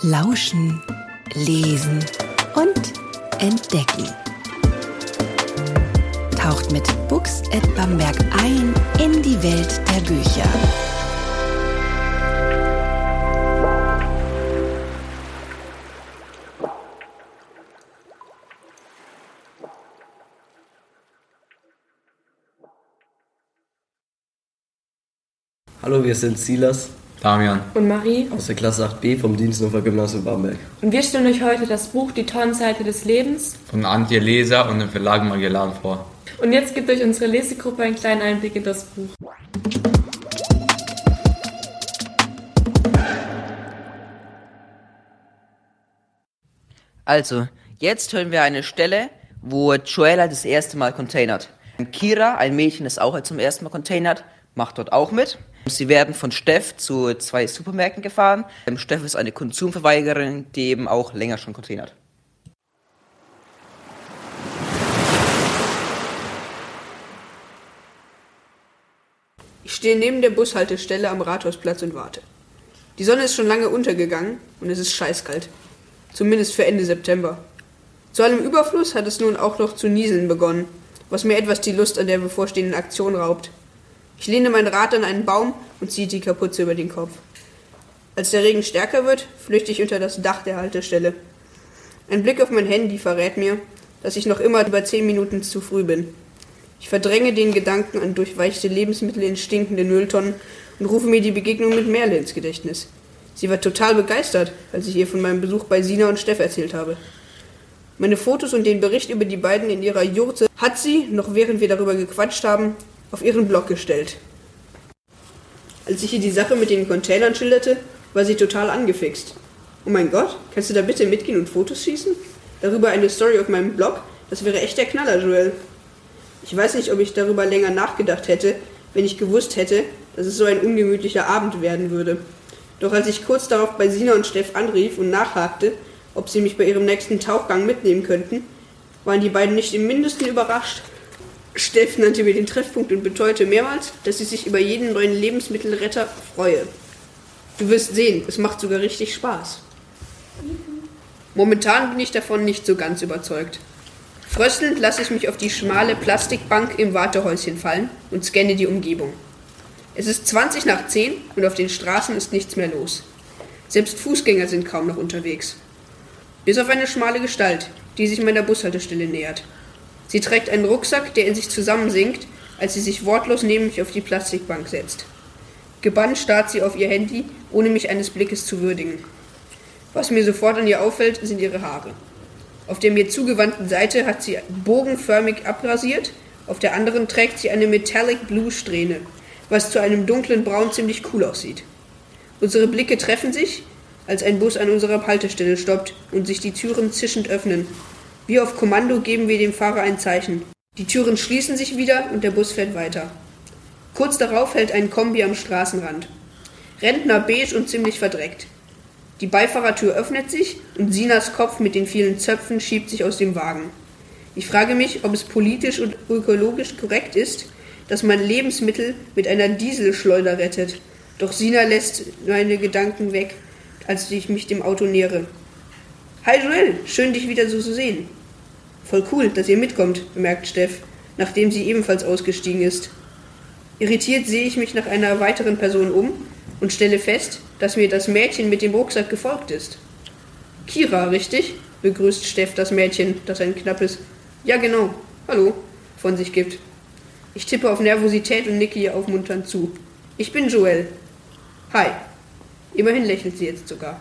Lauschen, lesen und entdecken. Taucht mit Books at Bamberg ein in die Welt der Bücher. Hallo, wir sind Silas, Damian und Marie aus der Klasse 8b vom Diensthofer Gymnasium Bamberg. Und wir stellen euch heute das Buch Die Tonnenseite des Lebens von Antje Leser und dem Verlag Magellan vor. Und jetzt gibt euch unsere Lesegruppe einen kleinen Einblick in das Buch. Also, jetzt hören wir eine Stelle, wo Joella das erste Mal containert. Kira, ein Mädchen, das auch zum ersten Mal containert, macht dort auch mit. Sie werden von Steff zu 2 Supermärkten gefahren. Steff ist eine Konsumverweigerin, die eben auch länger schon containert. Ich stehe neben der Bushaltestelle am Rathausplatz und warte. Die Sonne ist schon lange untergegangen und es ist scheißkalt. Zumindest für Ende September. Zu allem Überfluss hat es nun auch noch zu nieseln begonnen, was mir etwas die Lust an der bevorstehenden Aktion raubt. Ich lehne mein Rad an einen Baum und ziehe die Kapuze über den Kopf. Als der Regen stärker wird, flüchte ich unter das Dach der Haltestelle. Ein Blick auf mein Handy verrät mir, dass ich noch immer über 10 Minuten zu früh bin. Ich verdränge den Gedanken an durchweichte Lebensmittel in stinkende Mülltonnen und rufe mir die Begegnung mit Merle ins Gedächtnis. Sie war total begeistert, als ich ihr von meinem Besuch bei Sina und Steff erzählt habe. Meine Fotos und den Bericht über die beiden in ihrer Jurte hat sie, noch während wir darüber gequatscht haben, auf ihren Blog gestellt. Als ich ihr die Sache mit den Containern schilderte, war sie total angefixt. Oh mein Gott, kannst du da bitte mitgehen und Fotos schießen? Darüber eine Story auf meinem Blog? Das wäre echt der Knaller, Joel. Ich weiß nicht, ob ich darüber länger nachgedacht hätte, wenn ich gewusst hätte, dass es so ein ungemütlicher Abend werden würde. Doch als ich kurz darauf bei Sina und Steff anrief und nachhakte, ob sie mich bei ihrem nächsten Tauchgang mitnehmen könnten, waren die beiden nicht im Mindesten überrascht. Steff nannte mir den Treffpunkt und beteuerte mehrmals, dass sie sich über jeden neuen Lebensmittelretter freue. Du wirst sehen, es macht sogar richtig Spaß. Momentan bin ich davon nicht so ganz überzeugt. Fröstelnd lasse ich mich auf die schmale Plastikbank im Wartehäuschen fallen und scanne die Umgebung. Es ist 20 nach 10 und auf den Straßen ist nichts mehr los. Selbst Fußgänger sind kaum noch unterwegs. Bis auf eine schmale Gestalt, die sich meiner Bushaltestelle nähert. Sie trägt einen Rucksack, der in sich zusammensinkt, als sie sich wortlos neben mich auf die Plastikbank setzt. Gebannt starrt sie auf ihr Handy, ohne mich eines Blickes zu würdigen. Was mir sofort an ihr auffällt, sind ihre Haare. Auf der mir zugewandten Seite hat sie bogenförmig abrasiert, auf der anderen trägt sie eine Metallic Blue Strähne, was zu einem dunklen Braun ziemlich cool aussieht. Unsere Blicke treffen sich, als ein Bus an unserer Haltestelle stoppt und sich die Türen zischend öffnen. Wie auf Kommando geben wir dem Fahrer ein Zeichen. Die Türen schließen sich wieder und der Bus fährt weiter. Kurz darauf hält ein Kombi am Straßenrand. Rentner beige und ziemlich verdreckt. Die Beifahrertür öffnet sich und Sinas Kopf mit den vielen Zöpfen schiebt sich aus dem Wagen. Ich frage mich, ob es politisch und ökologisch korrekt ist, dass man Lebensmittel mit einer Dieselschleuder rettet. Doch Sina lässt meine Gedanken weg, als ich mich dem Auto nähere. Hi Joel, schön dich wieder so zu sehen. Voll cool, dass ihr mitkommt, bemerkt Steff, nachdem sie ebenfalls ausgestiegen ist. Irritiert sehe ich mich nach einer weiteren Person um und stelle fest, dass mir das Mädchen mit dem Rucksack gefolgt ist. Kira, richtig? Begrüßt Steff das Mädchen, das ein knappes Ja genau, hallo von sich gibt. Ich tippe auf Nervosität und nicke ihr aufmunternd zu. Ich bin Joel. Hi. Immerhin lächelt sie jetzt sogar.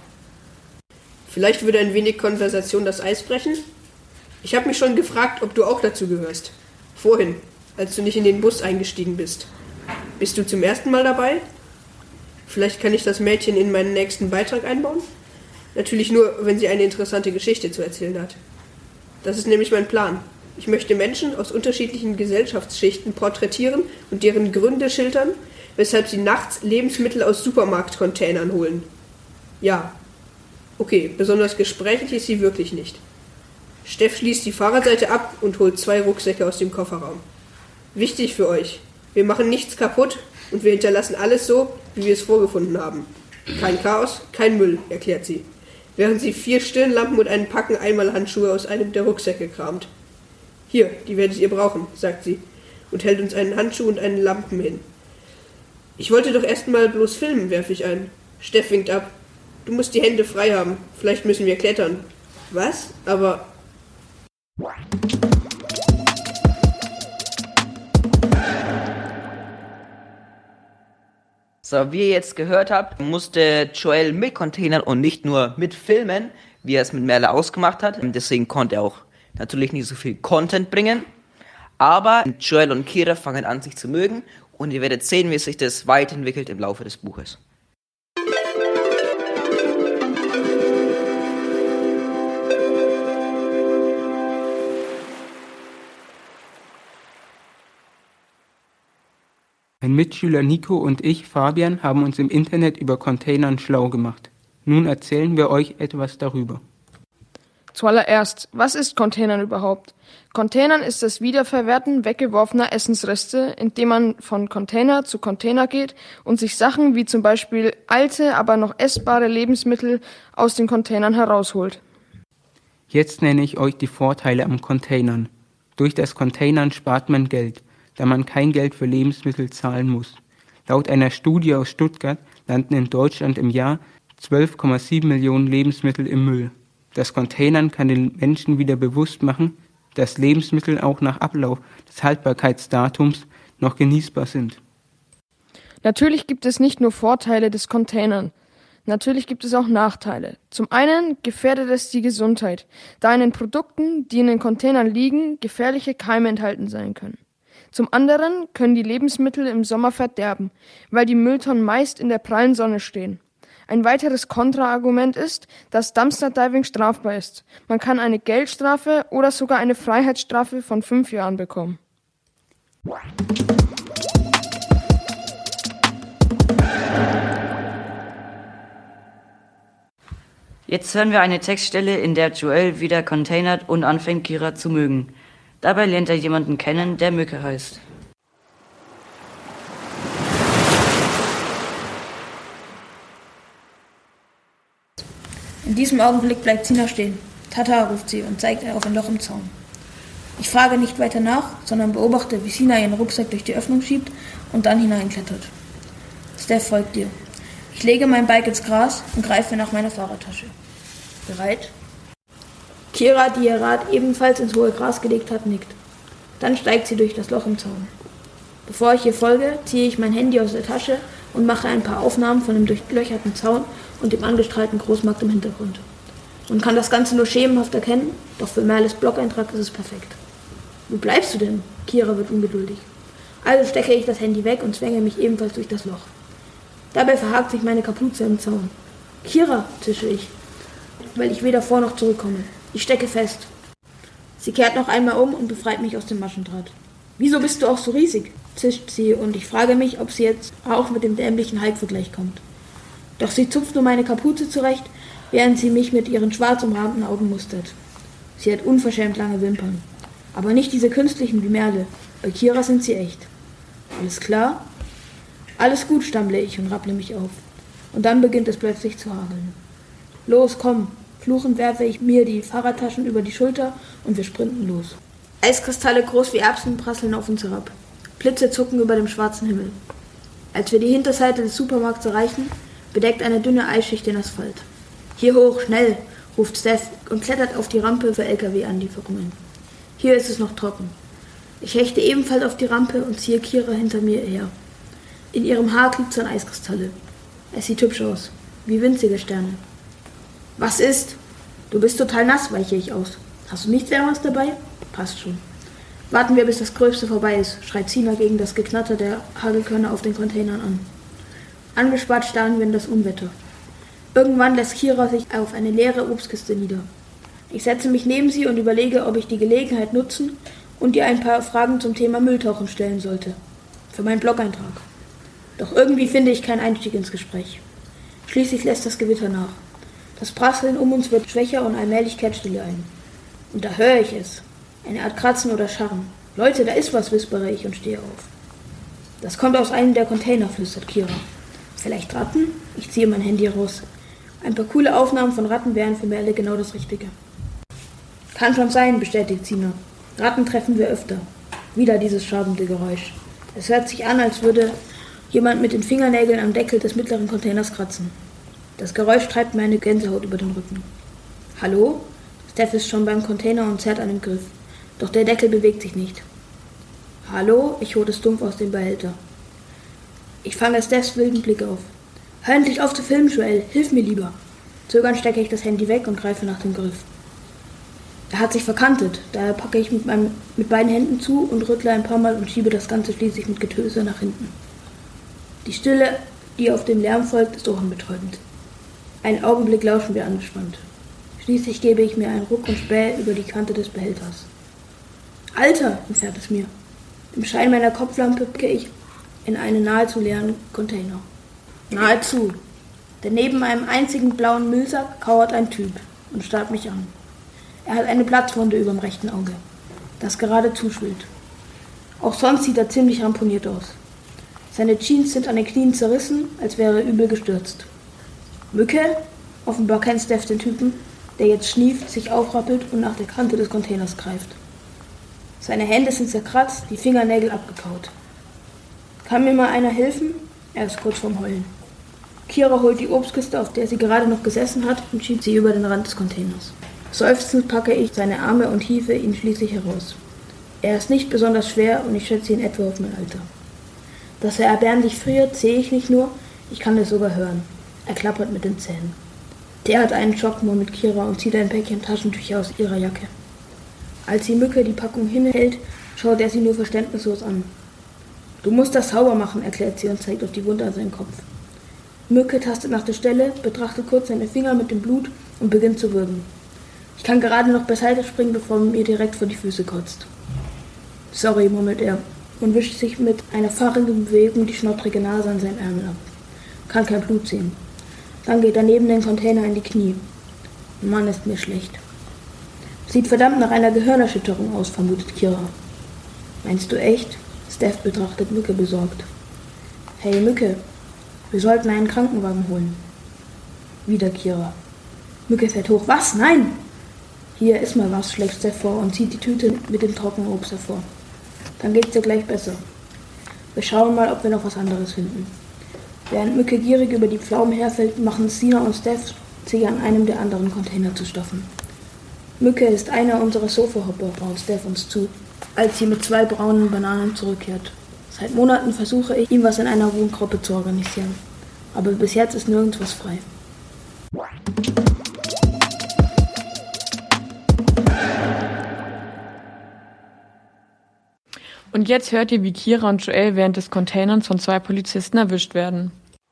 Vielleicht würde ein wenig Konversation das Eis brechen? Ich habe mich schon gefragt, ob du auch dazu gehörst. Vorhin, als du nicht in den Bus eingestiegen bist. Bist du zum ersten Mal dabei? Vielleicht kann ich das Mädchen in meinen nächsten Beitrag einbauen? Natürlich nur, wenn sie eine interessante Geschichte zu erzählen hat. Das ist nämlich mein Plan. Ich möchte Menschen aus unterschiedlichen Gesellschaftsschichten porträtieren und deren Gründe schildern, weshalb sie nachts Lebensmittel aus Supermarktcontainern holen. Ja. Okay, besonders gesprächig ist sie wirklich nicht. Steff schließt die Fahrerseite ab und holt 2 Rucksäcke aus dem Kofferraum. Wichtig für euch. Wir machen nichts kaputt und wir hinterlassen alles so, wie wir es vorgefunden haben. Kein Chaos, kein Müll, erklärt sie, während sie 4 Stirnlampen und einen Packen Einmalhandschuhe aus einem der Rucksäcke kramt. Hier, die werdet ihr brauchen, sagt sie und hält uns einen Handschuh und einen Lampen hin. Ich wollte doch erst mal bloß filmen, werfe ich ein. Steff winkt ab. Du musst die Hände frei haben, vielleicht müssen wir klettern. Was? Aber... So, wie ihr jetzt gehört habt, musste Joel mit Containern und nicht nur mit filmen, wie er es mit Merle ausgemacht hat. Deswegen konnte er auch natürlich nicht so viel Content bringen. Aber Joel und Kira fangen an, sich zu mögen und ihr werdet sehen, wie sich das weiterentwickelt im Laufe des Buches. Mein Mitschüler Nico und ich, Fabian, haben uns im Internet über Containern schlau gemacht. Nun erzählen wir euch etwas darüber. Zuallererst, was ist Containern überhaupt? Containern ist das Wiederverwerten weggeworfener Essensreste, indem man von Container zu Container geht und sich Sachen wie zum Beispiel alte, aber noch essbare Lebensmittel aus den Containern herausholt. Jetzt nenne ich euch die Vorteile am Containern. Durch das Containern spart man Geld, da man kein Geld für Lebensmittel zahlen muss. Laut einer Studie aus Stuttgart landen in Deutschland im Jahr 12,7 Millionen Lebensmittel im Müll. Das Containern kann den Menschen wieder bewusst machen, dass Lebensmittel auch nach Ablauf des Haltbarkeitsdatums noch genießbar sind. Natürlich gibt es nicht nur Vorteile des Containern. Natürlich gibt es auch Nachteile. Zum einen gefährdet es die Gesundheit, da in den Produkten, die in den Containern liegen, gefährliche Keime enthalten sein können. Zum anderen können die Lebensmittel im Sommer verderben, weil die Mülltonnen meist in der prallen Sonne stehen. Ein weiteres Kontraargument ist, dass Dumpster-Diving strafbar ist. Man kann eine Geldstrafe oder sogar eine Freiheitsstrafe von 5 Jahren bekommen. Jetzt hören wir eine Textstelle, in der Joel wieder containert und anfängt, Kira zu mögen. Dabei lernt er jemanden kennen, der Mücke heißt. In diesem Augenblick bleibt Sina stehen. Tata, ruft sie und zeigt auf ein Loch im Zaun. Ich frage nicht weiter nach, sondern beobachte, wie Sina ihren Rucksack durch die Öffnung schiebt und dann hineinklettert. Steph folgt ihr. Ich lege mein Bike ins Gras und greife nach meiner Fahrradtasche. Bereit? Kira, die ihr Rad ebenfalls ins hohe Gras gelegt hat, nickt. Dann steigt sie durch das Loch im Zaun. Bevor ich ihr folge, ziehe ich mein Handy aus der Tasche und mache ein paar Aufnahmen von dem durchlöcherten Zaun und dem angestrahlten Großmarkt im Hintergrund. Man kann das Ganze nur schemenhaft erkennen, doch für Merles Blog-Eintrag ist es perfekt. Wo bleibst du denn? Kira wird ungeduldig. Also stecke ich das Handy weg und zwänge mich ebenfalls durch das Loch. Dabei verhakt sich meine Kapuze im Zaun. Kira, zische ich, weil ich weder vor noch zurückkomme. Ich stecke fest. Sie kehrt noch einmal um und befreit mich aus dem Maschendraht. Wieso bist du auch so riesig? Zischt sie und ich frage mich, ob sie jetzt auch mit dem dämlichen Hulk-Vergleich kommt. Doch sie zupft nur meine Kapuze zurecht, während sie mich mit ihren schwarz umrahmten Augen mustert. Sie hat unverschämt lange Wimpern. Aber nicht diese künstlichen wie Merle. Bei Kira sind sie echt. Alles klar? Alles gut, stammle ich und rapple mich auf. Und dann beginnt es plötzlich zu hageln. Los, komm! Fluchend werfe ich mir die Fahrradtaschen über die Schulter und wir sprinten los. Eiskristalle groß wie Erbsen prasseln auf uns herab. Blitze zucken über dem schwarzen Himmel. Als wir die Hinterseite des Supermarkts erreichen, bedeckt eine dünne Eisschicht den Asphalt. Hier hoch, schnell, ruft Steph und klettert auf die Rampe für LKW-Anlieferungen. Hier ist es noch trocken. Ich hechte ebenfalls auf die Rampe und ziehe Kira hinter mir her. In ihrem Haar glitzern Eiskristalle. Es sieht hübsch aus, wie winzige Sterne. Was ist? Du bist total nass, weiche ich aus. Hast du nichts Wärmeres dabei? Passt schon. Warten wir, bis das Gröbste vorbei ist, schreit Sina gegen das Geknatter der Hagelkörner auf den Containern an. Angespannt starren wir in das Unwetter. Irgendwann lässt Kira sich auf eine leere Obstkiste nieder. Ich setze mich neben sie und überlege, ob ich die Gelegenheit nutzen und ihr ein paar Fragen zum Thema Mülltauchen stellen sollte. Für meinen Blog-Eintrag. Doch irgendwie finde ich keinen Einstieg ins Gespräch. Schließlich lässt das Gewitter nach. Das Prasseln um uns wird schwächer und allmählich kehrt Stille ein. Und da höre ich es. Eine Art Kratzen oder Scharren. Leute, da ist was, wispere ich und stehe auf. Das kommt aus einem der Container, flüstert Kira. Vielleicht Ratten? Ich ziehe mein Handy raus. Ein paar coole Aufnahmen von Ratten wären für Merle genau das Richtige. Kann schon sein, bestätigt Sina. Ratten treffen wir öfter. Wieder dieses schabende Geräusch. Es hört sich an, als würde jemand mit den Fingernägeln am Deckel des mittleren Containers kratzen. Das Geräusch treibt mir eine Gänsehaut über den Rücken. Hallo? Steph ist schon beim Container und zerrt an dem Griff. Doch der Deckel bewegt sich nicht. Hallo? Ich hole es dumpf aus dem Behälter. Ich fange Stephs wilden Blick auf. Hör endlich auf zu filmen, Joel. Hilf mir lieber. Zögernd stecke ich das Handy weg und greife nach dem Griff. Er hat sich verkantet. Daher packe ich mit beiden Händen zu und rüttle ein paar Mal und schiebe das Ganze schließlich mit Getöse nach hinten. Die Stille, die auf den Lärm folgt, ist ohrenbetäubend. Einen Augenblick lauschen wir angespannt. Schließlich gebe ich mir einen Ruck und spähe über die Kante des Behälters. Alter, entfährt es mir. Im Schein meiner Kopflampe blicke ich in einen nahezu leeren Container. Nahezu. Denn neben einem einzigen blauen Müllsack kauert ein Typ und starrt mich an. Er hat eine Platzwunde über dem rechten Auge, das gerade zuschwillt. Auch sonst sieht er ziemlich ramponiert aus. Seine Jeans sind an den Knien zerrissen, als wäre er übel gestürzt. Mücke? Offenbar kennt Steph den Typen, der jetzt schnieft, sich aufrappelt und nach der Kante des Containers greift. Seine Hände sind zerkratzt, die Fingernägel abgekaut. Kann mir mal einer helfen? Er ist kurz vorm Heulen. Kira holt die Obstkiste, auf der sie gerade noch gesessen hat, und schiebt sie über den Rand des Containers. Seufzend packe ich seine Arme und hiefe ihn schließlich heraus. Er ist nicht besonders schwer und ich schätze ihn etwa auf mein Alter. Dass er erbärmlich friert, sehe ich nicht nur, ich kann es sogar hören. Er klappert mit den Zähnen. Der hat einen Schock, murmelt Kira und zieht ein Päckchen Taschentücher aus ihrer Jacke. Als die Mücke die Packung hinhält, schaut er sie nur verständnislos an. Du musst das sauber machen, erklärt sie und zeigt auf die Wunde an seinem Kopf. Mücke tastet nach der Stelle, betrachtet kurz seine Finger mit dem Blut und beginnt zu würgen. Ich kann gerade noch beiseite springen, bevor man mir direkt vor die Füße kotzt. Sorry, murmelt er und wischt sich mit einer fahrenden Bewegung die schnottrige Nase an seinem Ärmel ab. Kann kein Blut sehen. Dann geht er neben den Container in die Knie. Mann, ist mir schlecht. Sieht verdammt nach einer Gehirnerschütterung aus, vermutet Kira. Meinst du echt? Steph betrachtet Mücke besorgt. Hey Mücke, wir sollten einen Krankenwagen holen. Wieder Kira. Mücke fährt hoch. Was? Nein! Hier, iss mal was, schlägt Steph vor und zieht die Tüte mit dem trockenen Obst hervor. Dann geht's dir gleich besser. Wir schauen mal, ob wir noch was anderes finden. Während Mücke gierig über die Pflaumen herfällt, machen Sina und Steph sich an einem der anderen Container zu stoffen. Mücke ist einer unserer Sofahopper, baut Steph uns zu, als sie mit 2 braunen Bananen zurückkehrt. Seit Monaten versuche ich, ihm was in einer Wohngruppe zu organisieren. Aber bis jetzt ist nirgends was frei. Und jetzt hört ihr, wie Kira und Joel während des Containers von 2 Polizisten erwischt werden.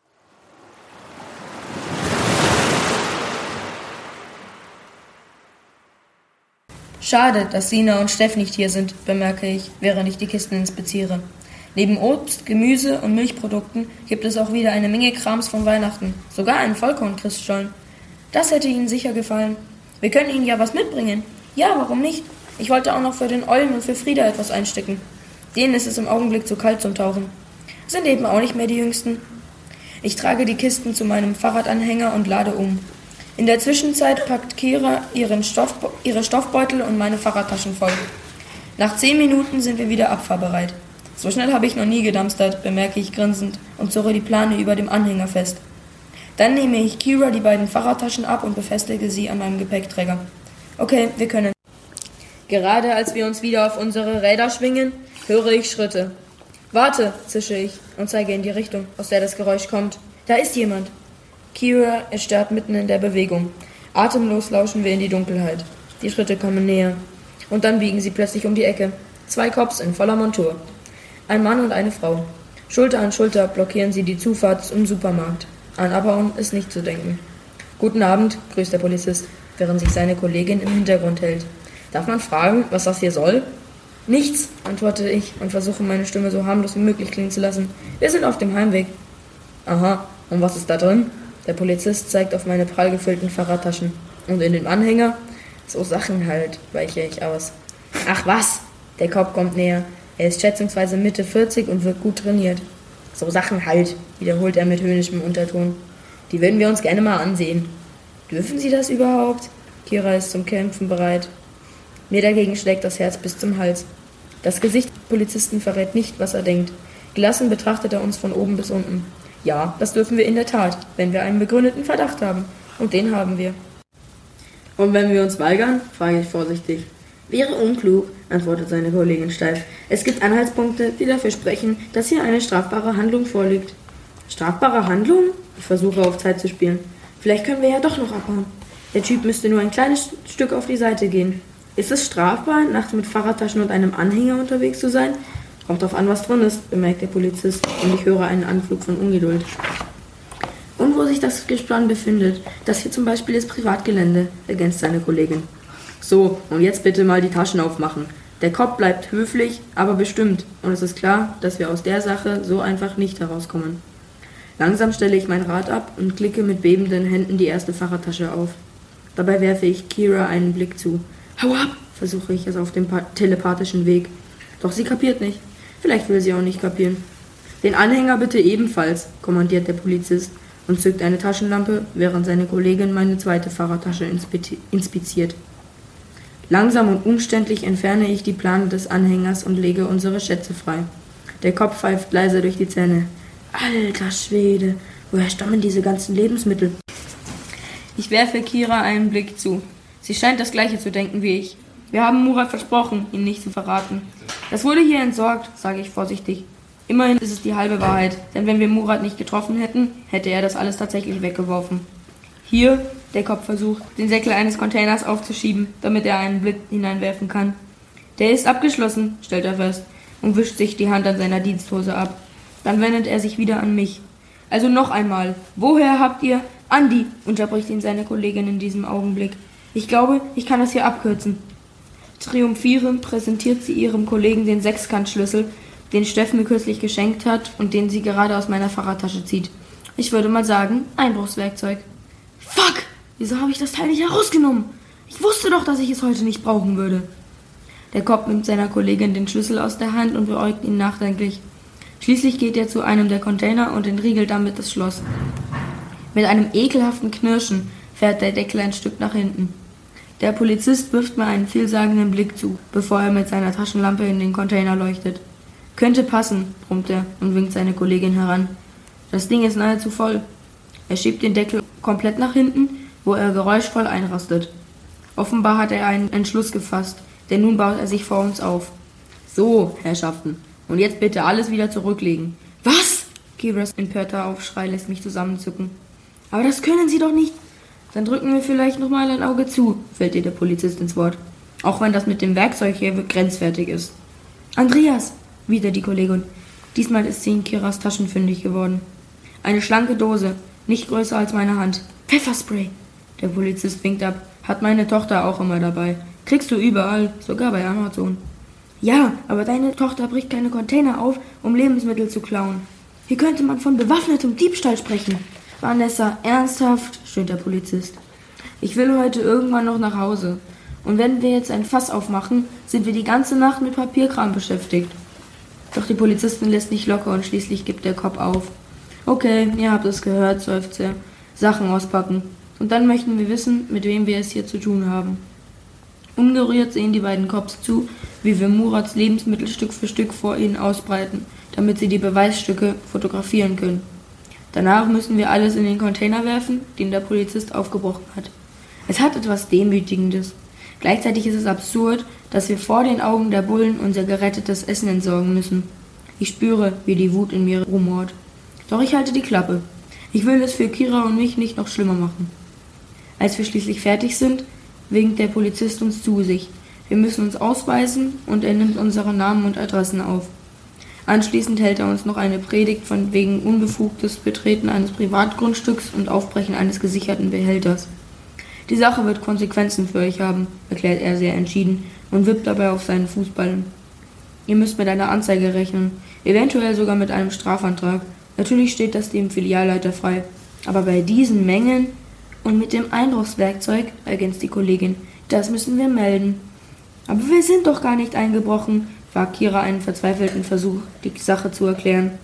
Schade, dass Sina und Steph nicht hier sind, bemerke ich, während ich die Kisten inspiziere. Neben Obst, Gemüse und Milchprodukten gibt es auch wieder eine Menge Krams von Weihnachten, sogar einen Vollkorn-Christstollen. Das hätte Ihnen sicher gefallen. Wir können Ihnen ja was mitbringen. Ja, warum nicht? Ich wollte auch noch für den Eulen und für Frieda etwas einstecken. Denen ist es im Augenblick zu kalt zum Tauchen. Sind eben auch nicht mehr die Jüngsten. Ich trage die Kisten zu meinem Fahrradanhänger und lade um. In der Zwischenzeit packt Kira ihre Stoffbeutel und meine Fahrradtaschen voll. Nach 10 Minuten sind wir wieder abfahrbereit. So schnell habe ich noch nie gedumpstert, bemerke ich grinsend und zurre die Plane über dem Anhänger fest. Dann nehme ich Kira die beiden Fahrradtaschen ab und befestige sie an meinem Gepäckträger. Okay, wir können. Gerade als wir uns wieder auf unsere Räder schwingen, höre ich Schritte. Warte, zische ich und zeige in die Richtung, aus der das Geräusch kommt. Da ist jemand. Kira erstarrt mitten in der Bewegung. Atemlos lauschen wir in die Dunkelheit. Die Schritte kommen näher. Und dann biegen sie plötzlich um die Ecke. 2 Cops in voller Montur. Ein Mann und eine Frau. Schulter an Schulter blockieren sie die Zufahrt zum Supermarkt. An Abhauen ist nicht zu denken. Guten Abend, grüßt der Polizist, während sich seine Kollegin im Hintergrund hält. Darf man fragen, was das hier soll? Nichts, antworte ich und versuche meine Stimme so harmlos wie möglich klingen zu lassen. Wir sind auf dem Heimweg. Aha, und was ist da drin? Der Polizist zeigt auf meine prall gefüllten Fahrradtaschen. Und in dem Anhänger? So Sachen halt, weiche ich aus. Ach was? Der Cop kommt näher. Er ist schätzungsweise Mitte 40 und wirkt gut trainiert. So Sachen halt, wiederholt er mit höhnischem Unterton. Die würden wir uns gerne mal ansehen. Dürfen Sie das überhaupt? Kira ist zum Kämpfen bereit. Mir dagegen schlägt das Herz bis zum Hals. Das Gesicht des Polizisten verrät nicht, was er denkt. Gelassen betrachtet er uns von oben bis unten. Ja, das dürfen wir in der Tat, wenn wir einen begründeten Verdacht haben. Und den haben wir. Und wenn wir uns weigern? Frage ich vorsichtig. Wäre unklug, antwortet seine Kollegin steif. Es gibt Anhaltspunkte, die dafür sprechen, dass hier eine strafbare Handlung vorliegt. Strafbare Handlung? Ich versuche auf Zeit zu spielen. Vielleicht können wir ja doch noch abhauen. Der Typ müsste nur ein kleines Stück auf die Seite gehen. Ist es strafbar, nachts mit Fahrradtaschen und einem Anhänger unterwegs zu sein? Kommt drauf an, was drin ist, bemerkt der Polizist, und ich höre einen Anflug von Ungeduld. Und wo sich das Gespann befindet, das hier zum Beispiel ist Privatgelände, ergänzt seine Kollegin. So, und jetzt bitte mal die Taschen aufmachen. Der Cop bleibt höflich, aber bestimmt, und es ist klar, dass wir aus der Sache so einfach nicht herauskommen. Langsam stelle ich mein Rad ab und klicke mit bebenden Händen die erste Fahrradtasche auf. Dabei werfe ich Kira einen Blick zu. Hau ab, versuche ich es auf dem telepathischen Weg. Doch sie kapiert nicht. Vielleicht will sie auch nicht kapieren. Den Anhänger bitte ebenfalls, kommandiert der Polizist und zückt eine Taschenlampe, während seine Kollegin meine zweite Fahrradtasche inspiziert. Langsam und umständlich entferne ich die Plane des Anhängers und lege unsere Schätze frei. Der Kopf pfeift leise durch die Zähne. Alter Schwede, woher stammen diese ganzen Lebensmittel? Ich werfe Kira einen Blick zu. Sie scheint das Gleiche zu denken wie ich. Wir haben Murat versprochen, ihn nicht zu verraten. Das wurde hier entsorgt, sage ich vorsichtig. Immerhin ist es die halbe Wahrheit, denn wenn wir Murat nicht getroffen hätten, hätte er das alles tatsächlich weggeworfen. Hier, der Kopf versucht, den Säckel eines Containers aufzuschieben, damit er einen Blick hineinwerfen kann. Der ist abgeschlossen, stellt er fest, und wischt sich die Hand an seiner Diensthose ab. Dann wendet er sich wieder an mich. Also noch einmal, woher habt ihr... Andi, unterbricht ihn seine Kollegin in diesem Augenblick. Ich glaube, ich kann das hier abkürzen. Triumphierend präsentiert sie ihrem Kollegen den Sechskantschlüssel, den Steff mir kürzlich geschenkt hat und den sie gerade aus meiner Fahrradtasche zieht. Ich würde mal sagen, Einbruchswerkzeug. Fuck! Wieso habe ich das Teil nicht herausgenommen? Ich wusste doch, dass ich es heute nicht brauchen würde. Der Cop nimmt seiner Kollegin den Schlüssel aus der Hand und beäugt ihn nachdenklich. Schließlich geht er zu einem der Container und entriegelt damit das Schloss. Mit einem ekelhaften Knirschen fährt der Deckel ein Stück nach hinten. Der Polizist wirft mir einen vielsagenden Blick zu, bevor er mit seiner Taschenlampe in den Container leuchtet. Könnte passen, brummt er und winkt seine Kollegin heran. Das Ding ist nahezu voll. Er schiebt den Deckel komplett nach hinten, wo er geräuschvoll einrostet. Offenbar hat er einen Entschluss gefasst, denn nun baut er sich vor uns auf. So, Herrschaften, und jetzt bitte alles wieder zurücklegen. Was? Kiras empörter Aufschrei lässt mich zusammenzucken. Aber das können Sie doch nicht. Dann drücken wir vielleicht noch mal ein Auge zu, fällt ihr der Polizist ins Wort. Auch wenn das mit dem Werkzeug hier grenzwertig ist. Andreas, wieder die Kollegin. Diesmal ist sie in Kiras Taschen fündig geworden. Eine schlanke Dose, nicht größer als meine Hand. Pfefferspray. Der Polizist winkt ab. Hat meine Tochter auch immer dabei. Kriegst du überall, sogar bei Amazon. Ja, aber deine Tochter bricht keine Container auf, um Lebensmittel zu klauen. Hier könnte man von bewaffnetem Diebstahl sprechen. Vanessa, ernsthaft, stöhnt der Polizist. Ich will heute irgendwann noch nach Hause. Und wenn wir jetzt ein Fass aufmachen, sind wir die ganze Nacht mit Papierkram beschäftigt. Doch die Polizistin lässt nicht locker und schließlich gibt der Cop auf. Okay, ihr habt es gehört, seufzt er. Sachen auspacken. Und dann möchten wir wissen, mit wem wir es hier zu tun haben. Ungerührt sehen die beiden Cops zu, wie wir Murats Lebensmittel Stück für Stück vor ihnen ausbreiten, damit sie die Beweisstücke fotografieren können. Danach müssen wir alles in den Container werfen, den der Polizist aufgebrochen hat. Es hat etwas Demütigendes. Gleichzeitig ist es absurd, dass wir vor den Augen der Bullen unser gerettetes Essen entsorgen müssen. Ich spüre, wie die Wut in mir rumort. Doch ich halte die Klappe. Ich will es für Kira und mich nicht noch schlimmer machen. Als wir schließlich fertig sind, winkt der Polizist uns zu sich. Wir müssen uns ausweisen und er nimmt unsere Namen und Adressen auf. Anschließend hält er uns noch eine Predigt von wegen unbefugtes Betreten eines Privatgrundstücks und Aufbrechen eines gesicherten Behälters. Die Sache wird Konsequenzen für euch haben, erklärt er sehr entschieden und wippt dabei auf seinen Fußballen. Ihr müsst mit einer Anzeige rechnen, eventuell sogar mit einem Strafantrag. Natürlich steht das dem Filialleiter frei. Aber bei diesen Mengen und mit dem Einbruchswerkzeug, ergänzt die Kollegin, das müssen wir melden. Aber wir sind doch gar nicht eingebrochen, wagt Kira einen verzweifelten Versuch, die Sache zu erklären.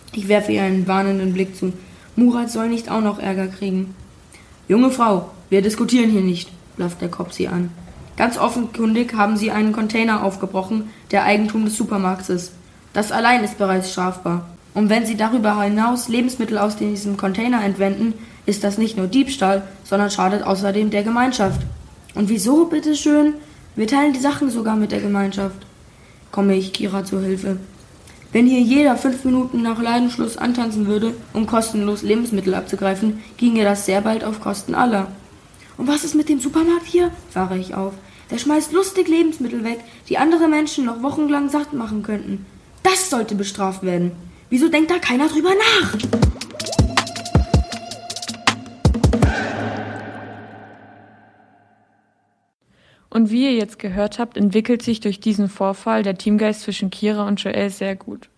Ich werfe ihr einen warnenden Blick zu. Murat soll nicht auch noch Ärger kriegen. Junge Frau, wir diskutieren hier nicht, blafft der Cop sie an. Ganz offenkundig haben sie einen Container aufgebrochen, der Eigentum des Supermarkts ist. Das allein ist bereits strafbar. Und wenn sie darüber hinaus Lebensmittel aus diesem Container entwenden, ist das nicht nur Diebstahl, sondern schadet außerdem der Gemeinschaft. Und wieso, bitteschön? Wir teilen die Sachen sogar mit der Gemeinschaft. Komme ich Kira zur Hilfe. Wenn hier jeder 5 Minuten nach Ladenschluss antanzen würde, um kostenlos Lebensmittel abzugreifen, ginge das sehr bald auf Kosten aller. Und was ist mit dem Supermarkt hier? Fahre ich auf. Der schmeißt lustig Lebensmittel weg, die andere Menschen noch wochenlang satt machen könnten. Das sollte bestraft werden. Wieso denkt da keiner drüber nach? Und wie ihr jetzt gehört habt, entwickelt sich durch diesen Vorfall der Teamgeist zwischen Kira und Joel sehr gut.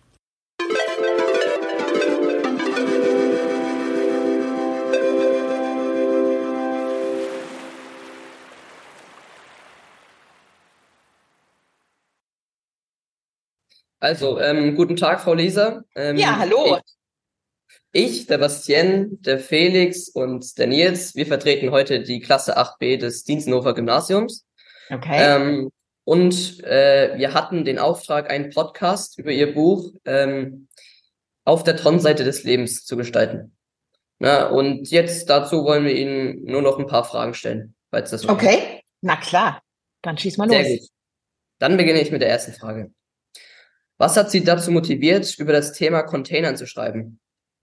Also, guten Tag, Frau Leser. Ja, hallo. Ich, der Bastien, der Felix und der Nils, wir vertreten heute die Klasse 8b des Dienstenhofer Gymnasiums. Okay. Wir hatten den Auftrag, einen Podcast über Ihr Buch auf der Tonnenseite des Lebens zu gestalten. Na, und jetzt dazu wollen wir Ihnen nur noch ein paar Fragen stellen, falls das okay ist. Na klar, dann schieß mal los. Sehr gut. Dann beginne ich mit der ersten Frage. Was hat Sie dazu motiviert, über das Thema Containern zu schreiben?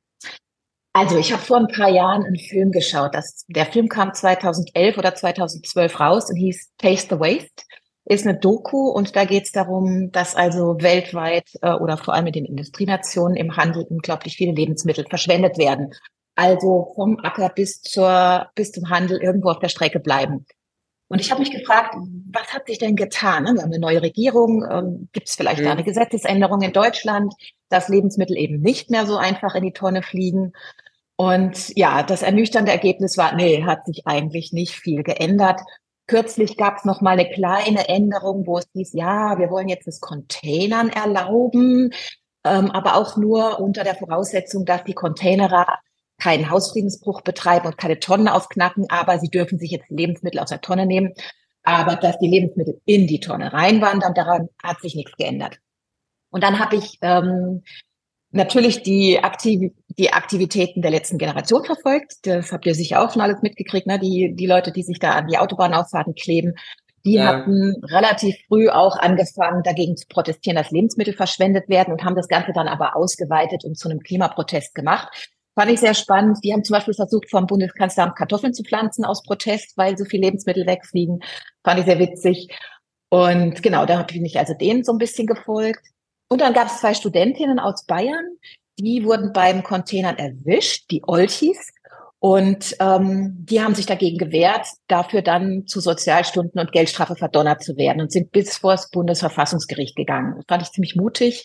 Also ich habe vor ein paar Jahren einen Film geschaut. Der Film kam 2011 oder 2012 raus und hieß Taste the Waste. Ist eine Doku und da geht es darum, dass also weltweit oder vor allem in den Industrienationen im Handel unglaublich viele Lebensmittel verschwendet werden. Also vom Acker bis zum Handel irgendwo auf der Strecke bleiben. Und ich habe mich gefragt, was hat sich denn getan? Wir haben eine neue Regierung. Gibt es vielleicht da eine Gesetzesänderung in Deutschland, dass Lebensmittel eben nicht mehr so einfach in die Tonne fliegen? Und ja, das ernüchternde Ergebnis war, nee, hat sich eigentlich nicht viel geändert. Kürzlich gab es noch mal eine kleine Änderung, wo es hieß, ja, wir wollen jetzt das Containern erlauben, aber auch nur unter der Voraussetzung, dass die Containerer keinen Hausfriedensbruch betreiben und keine Tonnen aufknacken, aber sie dürfen sich jetzt Lebensmittel aus der Tonne nehmen. Aber dass die Lebensmittel in die Tonne reinwandern, daran hat sich nichts geändert. Und dann habe ich natürlich die Aktivitäten der letzten Generation verfolgt. Das habt ihr sicher auch schon alles mitgekriegt, ne? Die Leute, die sich da an die Autobahnausfahrten kleben, die hatten relativ früh auch angefangen, dagegen zu protestieren, dass Lebensmittel verschwendet werden und haben das Ganze dann aber ausgeweitet und zu einem Klimaprotest gemacht. Fand ich sehr spannend. Die haben zum Beispiel versucht, vom Bundeskanzleramt Kartoffeln zu pflanzen aus Protest, weil so viel Lebensmittel wegfliegen. Fand ich sehr witzig. Und genau, da bin ich also denen so ein bisschen gefolgt. Und dann gab es 2 Studentinnen aus Bayern, die wurden beim Containern erwischt, die Olchis. Und die haben sich dagegen gewehrt, dafür dann zu Sozialstunden und Geldstrafe verdonnert zu werden und sind bis vor das Bundesverfassungsgericht gegangen. Das fand ich ziemlich mutig.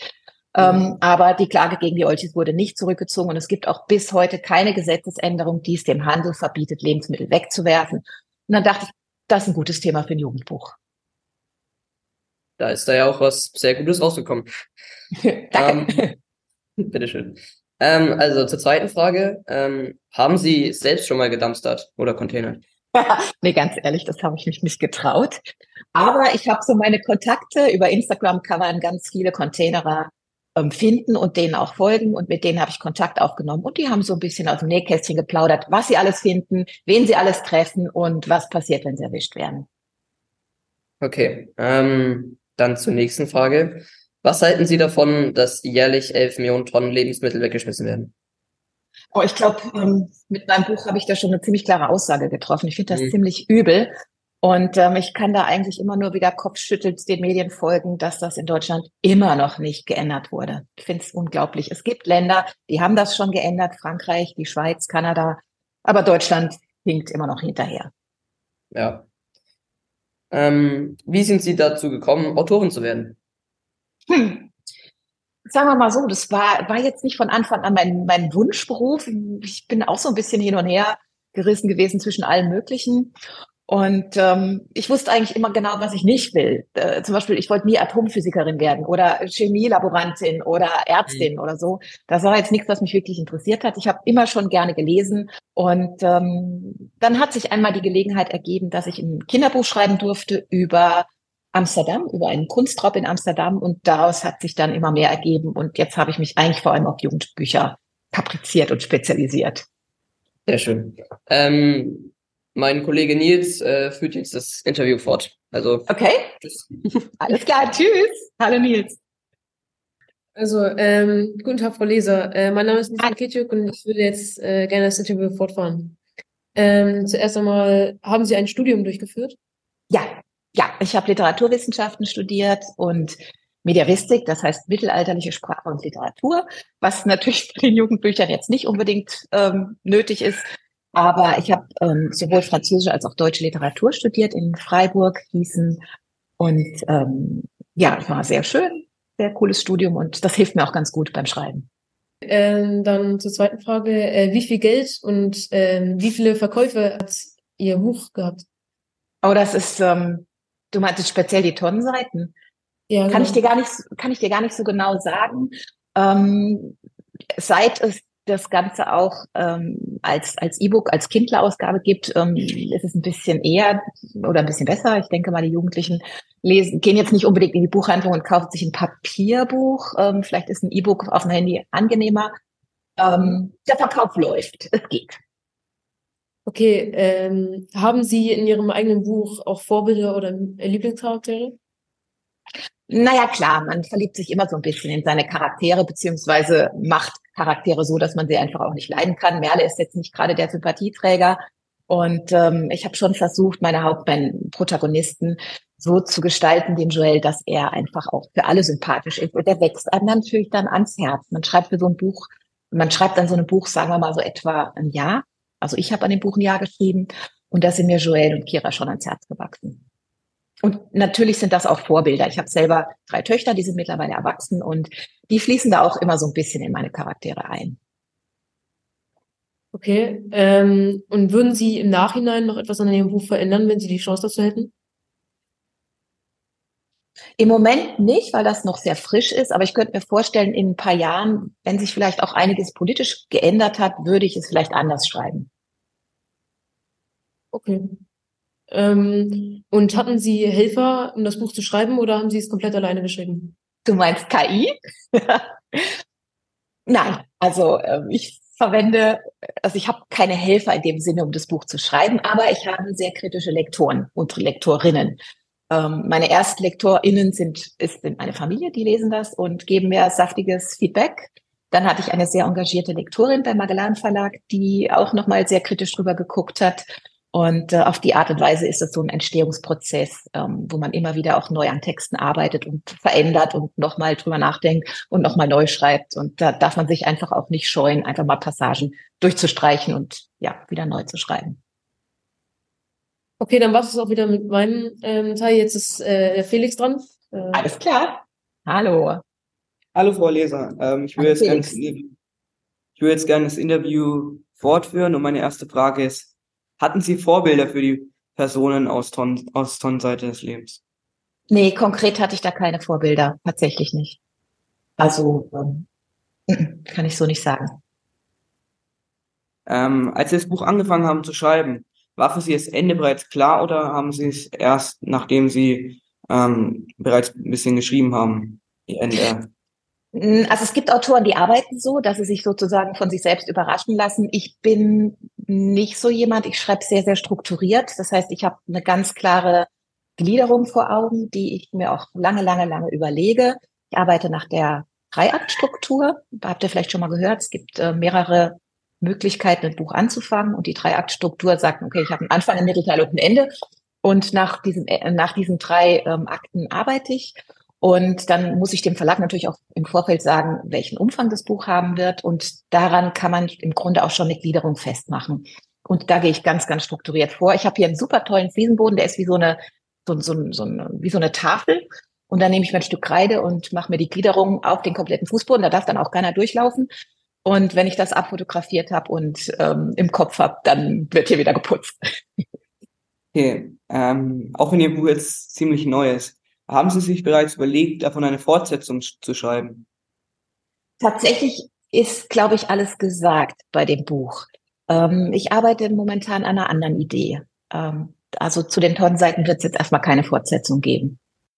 Aber die Klage gegen die Olchis wurde nicht zurückgezogen und es gibt auch bis heute keine Gesetzesänderung, die es dem Handel verbietet, Lebensmittel wegzuwerfen. Und dann dachte ich, das ist ein gutes Thema für ein Jugendbuch. Da ist da ja auch was sehr Gutes rausgekommen. Danke. Bitteschön. Also zur zweiten Frage. Haben Sie selbst schon mal gedumpstert oder containert? Nee, ganz ehrlich, das habe ich mich nicht getraut. Aber ich habe so meine Kontakte. Über Instagram kann man ganz viele Containerer finden und denen auch folgen. Und mit denen habe ich Kontakt aufgenommen. Und die haben so ein bisschen aus dem Nähkästchen geplaudert, was sie alles finden, wen sie alles treffen und was passiert, wenn sie erwischt werden. Okay, dann zur nächsten Frage. Was halten Sie davon, dass jährlich 11 Millionen Tonnen Lebensmittel weggeschmissen werden? Oh, ich glaube, mit meinem Buch habe ich da schon eine ziemlich klare Aussage getroffen. Ich finde das ziemlich übel. Und ich kann da eigentlich immer nur wieder kopfschüttelt den Medien folgen, dass das in Deutschland immer noch nicht geändert wurde. Ich finde es unglaublich. Es gibt Länder, die haben das schon geändert. Frankreich, die Schweiz, Kanada. Aber Deutschland hinkt immer noch hinterher. Ja. Wie sind Sie dazu gekommen, Autorin zu werden? Sagen wir mal so, das war jetzt nicht von Anfang an mein Wunschberuf. Ich bin auch so ein bisschen hin und her gerissen gewesen zwischen allem Möglichen. Und ich wusste eigentlich immer genau, was ich nicht will. Zum Beispiel, ich wollte nie Atomphysikerin werden oder Chemielaborantin oder Ärztin oder so. Das war jetzt nichts, was mich wirklich interessiert hat. Ich habe immer schon gerne gelesen. Und dann hat sich einmal die Gelegenheit ergeben, dass ich ein Kinderbuch schreiben durfte über Amsterdam, über einen Kunstraub in Amsterdam. Und daraus hat sich dann immer mehr ergeben. Und jetzt habe ich mich eigentlich vor allem auf Jugendbücher kapriziert und spezialisiert. Sehr schön. Mein Kollege Nils führt jetzt das Interview fort. Also okay, alles klar, tschüss. Hallo Nils. Also, guten Tag, Frau Leser. Mein Name ist Nils Ketjuk und ich würde jetzt gerne das Interview fortfahren. Zuerst einmal, haben Sie ein Studium durchgeführt? Ja, ich habe Literaturwissenschaften studiert und Mediavistik, das heißt mittelalterliche Sprache und Literatur, was natürlich bei den Jugendbüchern jetzt nicht unbedingt nötig ist. Aber ich habe sowohl französische als auch deutsche Literatur studiert in Freiburg, Gießen. Und es war sehr schön, sehr cooles Studium und das hilft mir auch ganz gut beim Schreiben. Dann zur zweiten Frage. Wie viel Geld und wie viele Verkäufe hat Ihr Buch gehabt? Oh, das ist, du meintest speziell die Tonnenseiten? Ja, genau. Kann ich dir gar nicht so genau sagen. Seit es das Ganze auch als E-Book, als Kindle-Ausgabe gibt, ist es ein bisschen eher oder ein bisschen besser. Ich denke mal, die Jugendlichen gehen jetzt nicht unbedingt in die Buchhandlung und kaufen sich ein Papierbuch. Vielleicht ist ein E-Book auf dem Handy angenehmer. Der Verkauf läuft, es geht. Okay, haben Sie in Ihrem eigenen Buch auch Vorbilder oder Lieblingscharaktere? Naja, klar, man verliebt sich immer so ein bisschen in seine Charaktere, beziehungsweise macht Charaktere so, dass man sie einfach auch nicht leiden kann. Merle ist jetzt nicht gerade der Sympathieträger. Und ich habe schon versucht, meinen Protagonisten so zu gestalten, den Joel, dass er einfach auch für alle sympathisch ist. Und der wächst einem natürlich dann ans Herz. Man schreibt an so einem Buch, sagen wir mal so etwa ein Jahr. Also ich habe an dem Buch ein Jahr geschrieben und da sind mir Joel und Kira schon ans Herz gewachsen. Und natürlich sind das auch Vorbilder. Ich habe selber 3 Töchter, die sind mittlerweile erwachsen und die fließen da auch immer so ein bisschen in meine Charaktere ein. Okay, und würden Sie im Nachhinein noch etwas an Ihrem Buch verändern, wenn Sie die Chance dazu hätten? Im Moment nicht, weil das noch sehr frisch ist, aber ich könnte mir vorstellen, in ein paar Jahren, wenn sich vielleicht auch einiges politisch geändert hat, würde ich es vielleicht anders schreiben. Okay. Und hatten Sie Helfer, um das Buch zu schreiben, oder haben Sie es komplett alleine geschrieben? Du meinst KI? Nein, also ich habe keine Helfer in dem Sinne, um das Buch zu schreiben, aber ich habe sehr kritische Lektoren und Lektorinnen. Meine ErstlektorInnen sind meine Familie, die lesen das und geben mir saftiges Feedback. Dann hatte ich eine sehr engagierte Lektorin beim Magellan Verlag, die auch nochmal sehr kritisch drüber geguckt hat. Und auf die Art und Weise ist es so ein Entstehungsprozess, wo man immer wieder auch neu an Texten arbeitet und verändert und nochmal drüber nachdenkt und nochmal neu schreibt. Und da darf man sich einfach auch nicht scheuen, einfach mal Passagen durchzustreichen und wieder neu zu schreiben. Okay, dann war es auch wieder mit meinem Teil. Jetzt ist der Felix dran. Alles klar. Hallo. Hallo, Frau Leser. Ich würde jetzt gerne das Interview fortführen und meine erste Frage ist, hatten Sie Vorbilder für die Personen aus Tonnenseite des Lebens? Nee, konkret hatte ich da keine Vorbilder. Tatsächlich nicht. Also, kann ich so nicht sagen. Als Sie das Buch angefangen haben zu schreiben, war für Sie das Ende bereits klar oder haben Sie es erst, nachdem Sie bereits ein bisschen geschrieben haben, Ihr Ende? Also es gibt Autoren, die arbeiten so, dass sie sich sozusagen von sich selbst überraschen lassen. Ich bin nicht so jemand, ich schreibe sehr, sehr strukturiert. Das heißt, ich habe eine ganz klare Gliederung vor Augen, die ich mir auch lange, lange, lange überlege. Ich arbeite nach der 3-Akt-Struktur. Habt ihr vielleicht schon mal gehört, es gibt mehrere Möglichkeiten, ein Buch anzufangen. Und die 3-Akt-Struktur sagt, okay, ich habe einen Anfang, ein Mittelteil und ein Ende. Und nach diesen 3 Akten arbeite ich. Und dann muss ich dem Verlag natürlich auch im Vorfeld sagen, welchen Umfang das Buch haben wird. Und daran kann man im Grunde auch schon eine Gliederung festmachen. Und da gehe ich ganz, ganz strukturiert vor. Ich habe hier einen super tollen Fliesenboden, der ist wie so eine Tafel. Und dann nehme ich mir ein Stück Kreide und mache mir die Gliederung auf den kompletten Fußboden. Da darf dann auch keiner durchlaufen. Und wenn ich das abfotografiert habe und im Kopf habe, dann wird hier wieder geputzt. Okay, auch wenn Ihr Buch jetzt ziemlich neu ist, haben Sie sich bereits überlegt, davon eine Fortsetzung zu schreiben? Tatsächlich ist, glaube ich, alles gesagt bei dem Buch. Ich arbeite momentan an einer anderen Idee. Also zu den Tonnenseiten wird es jetzt erstmal keine Fortsetzung geben.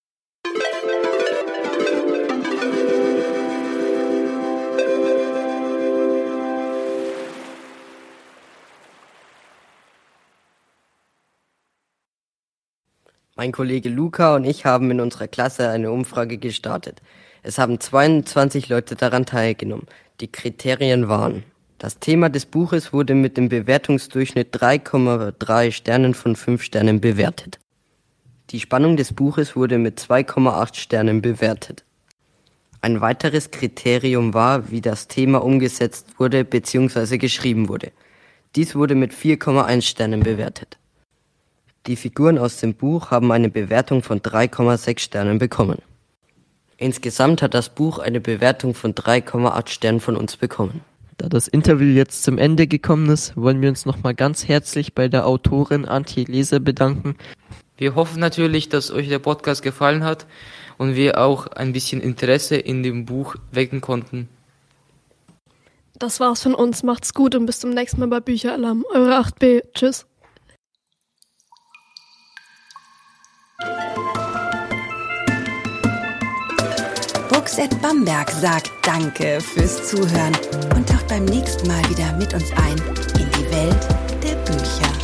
Mein Kollege Luca und ich haben in unserer Klasse eine Umfrage gestartet. Es haben 22 Leute daran teilgenommen. Die Kriterien waren: Das Thema des Buches wurde mit dem Bewertungsdurchschnitt 3,3 Sternen von 5 Sternen bewertet. Die Spannung des Buches wurde mit 2,8 Sternen bewertet. Ein weiteres Kriterium war, wie das Thema umgesetzt wurde bzw. geschrieben wurde. Dies wurde mit 4,1 Sternen bewertet. Die Figuren aus dem Buch haben eine Bewertung von 3,6 Sternen bekommen. Insgesamt hat das Buch eine Bewertung von 3,8 Sternen von uns bekommen. Da das Interview jetzt zum Ende gekommen ist, wollen wir uns nochmal ganz herzlich bei der Autorin Antje Leser bedanken. Wir hoffen natürlich, dass euch der Podcast gefallen hat und wir auch ein bisschen Interesse in dem Buch wecken konnten. Das war's von uns. Macht's gut und bis zum nächsten Mal bei Bücheralarm. Eure 8B. Tschüss. Books at Bamberg sagt Danke fürs Zuhören und taucht beim nächsten Mal wieder mit uns ein in die Welt der Bücher.